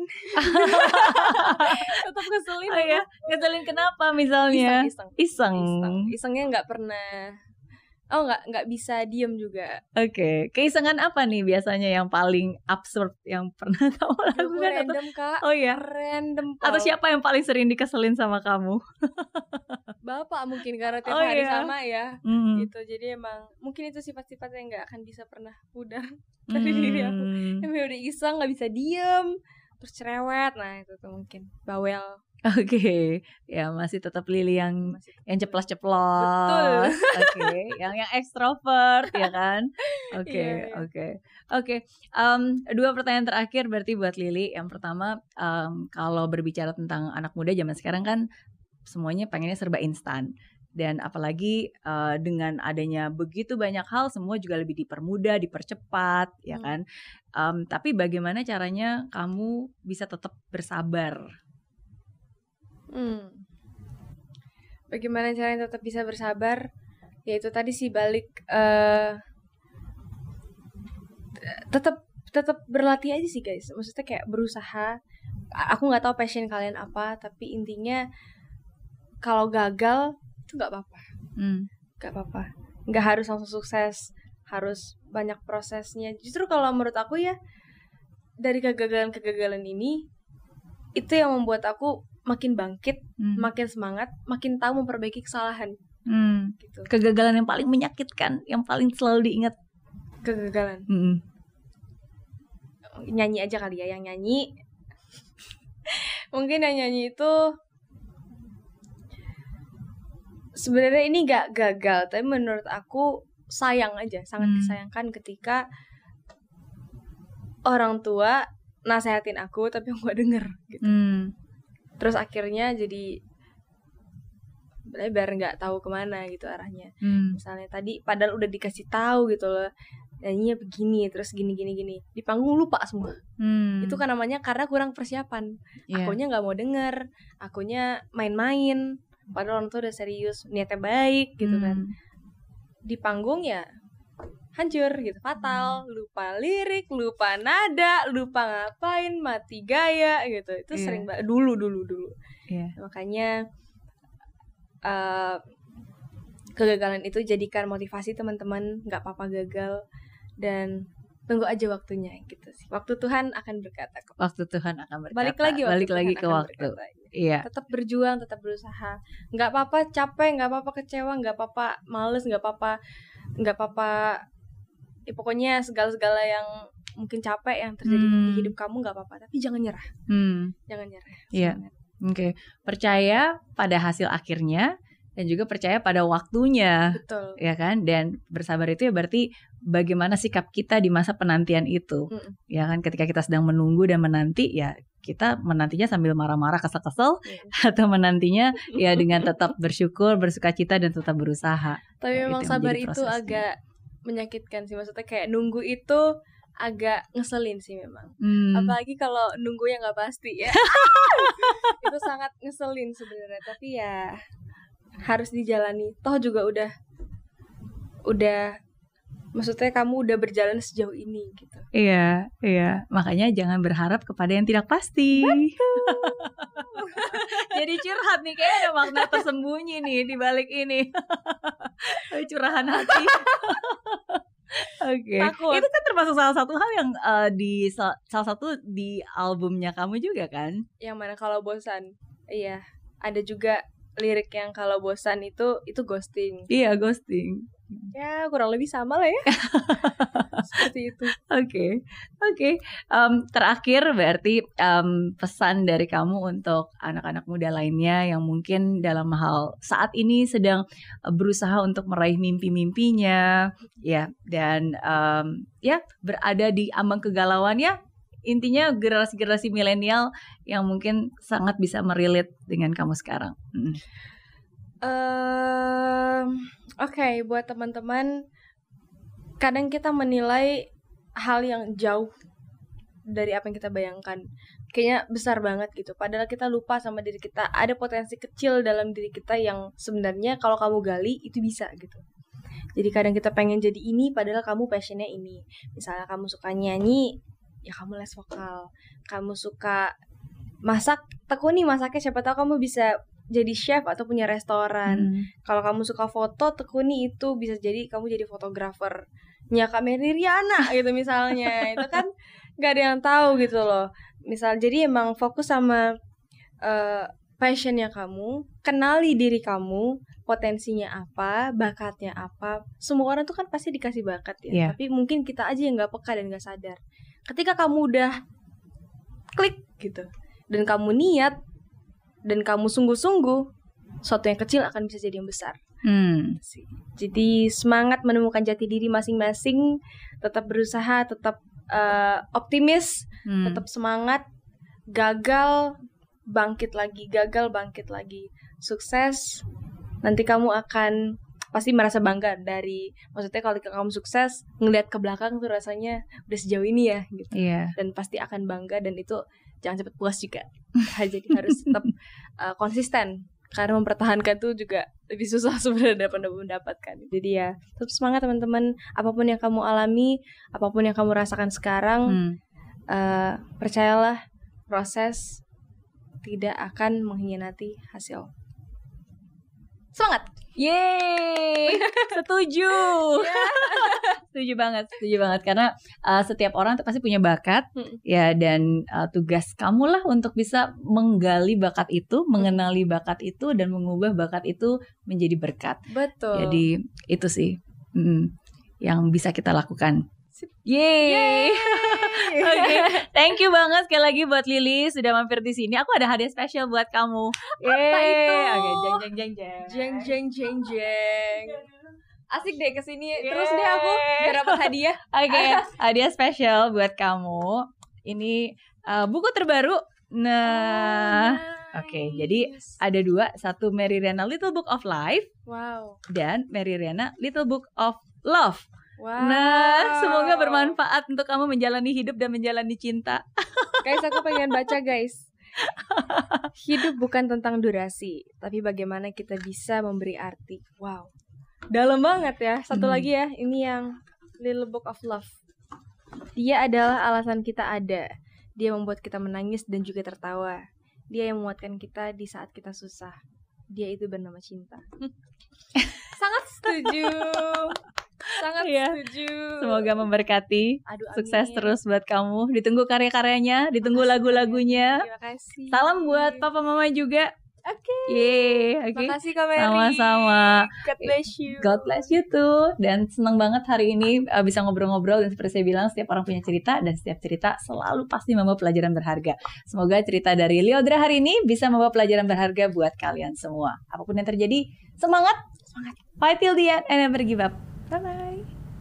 [SPEAKER 1] Tetap ngeselin.
[SPEAKER 2] Oh ya, ngeselin kenapa misalnya? Isengnya
[SPEAKER 1] nggak pernah. Nggak bisa diem juga.
[SPEAKER 2] Oke. Keisengan apa nih biasanya yang paling absurd yang pernah kamu lakukan?
[SPEAKER 1] Random Kak.
[SPEAKER 2] Oh ya.
[SPEAKER 1] Random.
[SPEAKER 2] Atau siapa yang paling sering dikeselin sama kamu?
[SPEAKER 1] Bapak mungkin, karena tiap hari sama ya. Gitu. Jadi emang mungkin itu sifat-sifat yang nggak akan bisa pernah pudar dari diri aku. Emang udah iseng, nggak bisa diem, terus cerewet. Nah itu tuh mungkin bawel.
[SPEAKER 2] Oke, ya masih tetap Lily yang ceplos-ceplos.
[SPEAKER 1] Betul.
[SPEAKER 2] Oke, yang ekstrovert ya kan? Oke. Dua pertanyaan terakhir berarti buat Lily. Yang pertama, kalau berbicara tentang anak muda zaman sekarang kan semuanya pengennya serba instan. Dan apalagi dengan adanya begitu banyak hal, semua juga lebih dipermudah, dipercepat, ya kan? Tapi bagaimana caranya kamu bisa tetap bersabar?
[SPEAKER 1] Bagaimana caranya tetap bisa bersabar? Ya itu tadi sih, balik tetap berlatih aja sih guys. Maksudnya kayak berusaha. Aku nggak tahu passion kalian apa, tapi intinya kalau gagal itu nggak apa-apa. Nggak apa-apa. Nggak harus langsung sukses. Harus banyak prosesnya. Justru kalau menurut aku ya, dari kegagalan ini itu yang membuat aku makin bangkit, makin semangat, makin tahu memperbaiki kesalahan. Gitu.
[SPEAKER 2] Kegagalan yang paling menyakitkan, yang paling selalu diingat.
[SPEAKER 1] Kegagalan. Nyanyi aja kali ya, yang nyanyi. Mungkin yang nyanyi itu sebenarnya ini gak gagal, tapi menurut aku sayang aja, sangat disayangkan ketika orang tua nasehatin aku tapi aku gak denger gitu. Terus akhirnya jadi biar nggak tahu kemana gitu arahnya. Misalnya tadi padahal udah dikasih tahu gitu loh, nyanyinya begini, terus gini di panggung lupa semua. Itu kan namanya karena kurang persiapan. Akunya nggak mau denger, akunya main-main, padahal orang tuh udah serius, niatnya baik gitu kan. Di panggung ya hancur gitu, fatal, lupa lirik, lupa nada, lupa ngapain, mati gaya gitu. Itu sering banget dulu. Makanya kegagalan itu jadikan motivasi teman-teman, nggak apa-apa gagal, dan tunggu aja waktunya gitu sih. Waktu Tuhan akan berkata. Balik lagi ke waktu.
[SPEAKER 2] Iya.
[SPEAKER 1] Tetap berjuang, tetap berusaha. Nggak apa-apa capek, nggak apa-apa kecewa, nggak apa-apa males, nggak apa-apa. Ya, pokoknya segala yang mungkin capek yang terjadi di hidup kamu nggak apa-apa, tapi jangan nyerah. Jangan nyerah.
[SPEAKER 2] Iya. Oke. Percaya pada hasil akhirnya dan juga percaya pada waktunya.
[SPEAKER 1] Betul.
[SPEAKER 2] Ya kan? Dan bersabar itu ya berarti bagaimana sikap kita di masa penantian itu. Ya kan, ketika kita sedang menunggu dan menanti, ya kita menantinya sambil marah-marah, kesel-kesel, atau menantinya ya dengan tetap bersyukur, bersukacita dan tetap berusaha.
[SPEAKER 1] Tapi memang sabar itu agak menyakitkan sih, maksudnya kayak nunggu itu agak ngeselin sih memang. Apalagi kalau nunggu yang nggak pasti ya. Itu sangat ngeselin sebenarnya, tapi ya harus dijalani. Toh juga udah maksudnya kamu udah berjalan sejauh ini gitu.
[SPEAKER 2] Iya. Makanya jangan berharap kepada yang tidak pasti. Jadi curhat nih, kayaknya ada makna tersembunyi nih di balik ini. Curahan hati. Oke. Itu kan termasuk salah satu hal yang salah satu di albumnya kamu juga kan?
[SPEAKER 1] Yang mana kalau bosan? Iya. Ada juga lirik yang kalau bosan itu ghosting.
[SPEAKER 2] Iya, ghosting.
[SPEAKER 1] Ya kurang lebih sama lah ya. Seperti itu.
[SPEAKER 2] Oke. Terakhir berarti pesan dari kamu untuk anak-anak muda lainnya yang mungkin dalam hal saat ini sedang berusaha untuk meraih mimpi-mimpinya, ya, dan ya berada di ambang kegalauan ya. Intinya generasi milenial yang mungkin sangat bisa merelate dengan kamu sekarang.
[SPEAKER 1] Oke, buat teman-teman, kadang kita menilai hal yang jauh dari apa yang kita bayangkan, kayaknya besar banget gitu. Padahal kita lupa sama diri kita, ada potensi kecil dalam diri kita yang sebenarnya kalau kamu gali itu bisa gitu. Jadi kadang kita pengen jadi ini, padahal kamu passionnya ini. Misalnya kamu suka nyanyi, ya kamu les vokal. Kamu suka masak, tekuni masaknya, siapa tahu kamu bisa jadi chef atau punya restoran. Kalau kamu suka foto, tekuni itu, bisa jadi kamu jadi fotografernya Kak Mary Riana gitu misalnya. Itu kan gak ada yang tahu gitu loh. Misal, jadi emang fokus sama passionnya kamu, kenali diri kamu, potensinya apa, bakatnya apa. Semua orang tuh kan pasti dikasih bakat ya, tapi mungkin kita aja yang gak peka dan gak sadar. Ketika kamu udah klik gitu, dan kamu niat, dan kamu sungguh-sungguh, sesuatu yang kecil akan bisa jadi yang besar. Jadi semangat menemukan jati diri masing-masing, tetap berusaha, tetap optimis, tetap semangat. Gagal bangkit lagi, sukses. Nanti kamu akan pasti merasa bangga dari, maksudnya kalau kamu sukses, ngelihat ke belakang tuh rasanya udah sejauh ini ya gitu. Dan pasti akan bangga, dan itu jangan cepat puas juga. Jadi harus tetap konsisten, karena mempertahankan tuh juga lebih susah sebenarnya daripada mendapatkan. Jadi ya tetap semangat teman-teman, apapun yang kamu alami, apapun yang kamu rasakan sekarang, percayalah proses tidak akan mengkhianati hasil. Semangat.
[SPEAKER 2] Yeay, setuju. Setuju banget karena setiap orang pasti punya bakat ya, dan tugas kamulah untuk bisa menggali bakat itu, mengenali bakat itu, dan mengubah bakat itu menjadi berkat.
[SPEAKER 1] Betul.
[SPEAKER 2] Jadi itu sih yang bisa kita lakukan. Yeay. Oke, thank you banget sekali lagi buat Lily sudah mampir di sini. Aku ada hadiah spesial buat kamu.
[SPEAKER 1] Apa itu?
[SPEAKER 2] Oke,
[SPEAKER 1] jeng. Asik deh kesini terus deh aku biar dapat hadiah.
[SPEAKER 2] Oke, hadiah spesial buat kamu. Ini buku terbaru. Nah, oke, jadi ada dua, satu Mary Riana Little Book of Life.
[SPEAKER 1] Wow. Dan
[SPEAKER 2] Mary Riana Little Book of Love.
[SPEAKER 1] Wow.
[SPEAKER 2] Nah, semoga bermanfaat untuk kamu menjalani hidup dan menjalani cinta.
[SPEAKER 1] Guys, aku pengen baca guys. Hidup bukan tentang durasi, tapi bagaimana kita bisa memberi arti. Wow, dalam banget ya. Satu lagi ya, ini yang Little Book of Love. Dia adalah alasan kita ada. Dia membuat kita menangis dan juga tertawa. Dia yang menguatkan kita di saat kita susah. Dia itu bernama cinta. Sangat setuju. Sangat setuju.
[SPEAKER 2] Semoga memberkati.
[SPEAKER 1] Aduh,
[SPEAKER 2] sukses terus buat kamu. Ditunggu karya-karyanya, ditunggu lagu-lagunya.
[SPEAKER 1] Terima kasih.
[SPEAKER 2] Salam buat papa mama juga.
[SPEAKER 1] Oke.
[SPEAKER 2] Terima
[SPEAKER 1] kasih Kak Mary.
[SPEAKER 2] Sama-sama.
[SPEAKER 1] God bless you.
[SPEAKER 2] God bless you too. Dan senang banget hari ini bisa ngobrol-ngobrol, dan seperti saya bilang, setiap orang punya cerita, dan setiap cerita selalu pasti membawa pelajaran berharga. Semoga cerita dari Lyodra hari ini bisa membawa pelajaran berharga buat kalian semua. Apapun yang terjadi, semangat. Fight till the end and never give up. Bye-bye.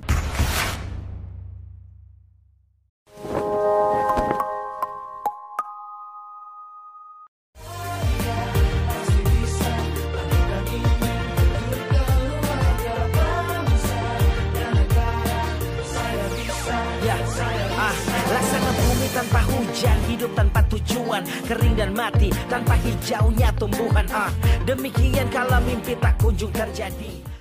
[SPEAKER 3] Laksana bumi tanpa hujan, hidup tanpa tujuan, kering dan mati tanpa hijaunya tumbuhan. Demikian kalau mimpi tak kunjung terjadi.